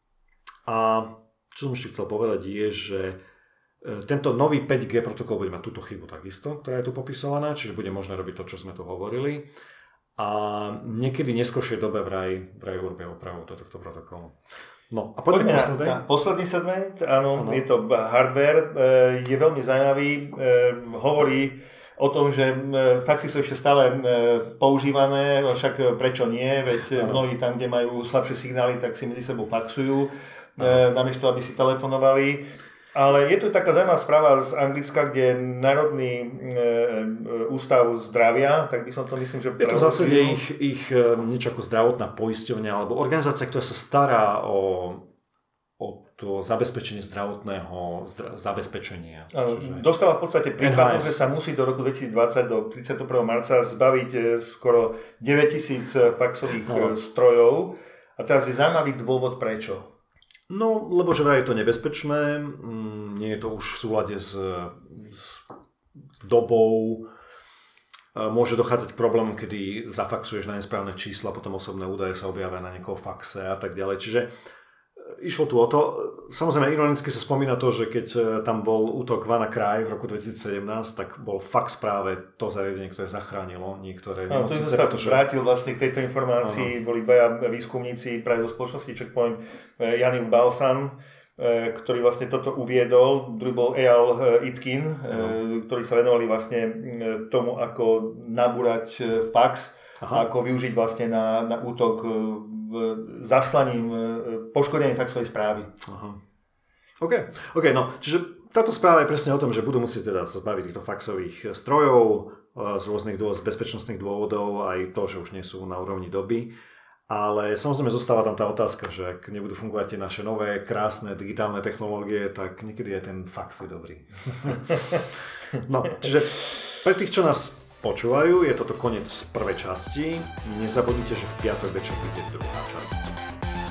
a čo som ešte chcel povedať je, že tento nový päť G protokol bude mať túto chybu takisto, ktorá je tu popisovaná, čiže bude možné robiť to, čo sme tu hovorili. A niekedy v neskôršej dobe vraj, vraj urobia opravu tohto protokolu. No a poďme na, na posledný segment, áno, áno, je to hardware, je veľmi zaujímavý, hovorí o tom, že faxy sú ešte stále používané, však prečo nie, veď mnohí tam, kde majú slabšie signály, tak si medzi sebou faxujú. Namiesto, aby si telefonovali. Ale je tu taká zaujímavá správa z Anglicka, kde Národný e, ústav zdravia, tak by som to myslím, že... Je to zase ich, ich niečo ako zdravotná poisťovňa, alebo organizácia, ktorá sa stará o, o to zabezpečenie zdravotného zdra, zabezpečenia. Áno, čiže... Dostala v podstate príkaz, že sa musí do roku dvetisícdvadsať, do tridsiateho prvého marca, zbaviť skoro deväťtisíc faxových no. strojov. A teraz je zaujímavý dôvod prečo. No, lebo že vraj je to nebezpečné, nie je to už v súlade s, s dobou, môže dochádzať k problémom, kedy zafaxuješ na nesprávne čísla, potom osobné údaje sa objavia na niekoho faxe a tak ďalej. Čiže išlo tu o to, samozrejme ironicky sa spomína to, že keď tam bol útok WannaCry v roku dvetisícsedemnásť, tak bol fax práve to zariadenie, ktoré zachránilo niektoré no, nemocnice. To sa vrátil vlastne k tejto informácii, no. Boli dvaja výskumníci práve zo spoločnosti Checkpoint, Janiv Balsan, ktorý vlastne toto uviedol, druhý bol Eyal Itkin, no. ktorí sa venovali vlastne tomu, ako nabúrať fax, aha. ako využiť vlastne na, na útok zaslaním, poškodením faxovej správy. Aha. OK, OK, no, čiže táto správa je presne o tom, že budú musieť teda sa zbaviť týchto faxových strojov z rôznych dôvodov, z bezpečnostných dôvodov, aj to, že už nie sú na úrovni doby. Ale samozrejme zostáva tam tá otázka, že ak nebudú fungovať tie naše nové, krásne digitálne technológie, tak niekedy aj ten fax je dobrý. No, čiže pre tých, čo nás počúvajú, je toto koniec prvej časti. Nezabudnite, že v piatok večer bude druhá časť.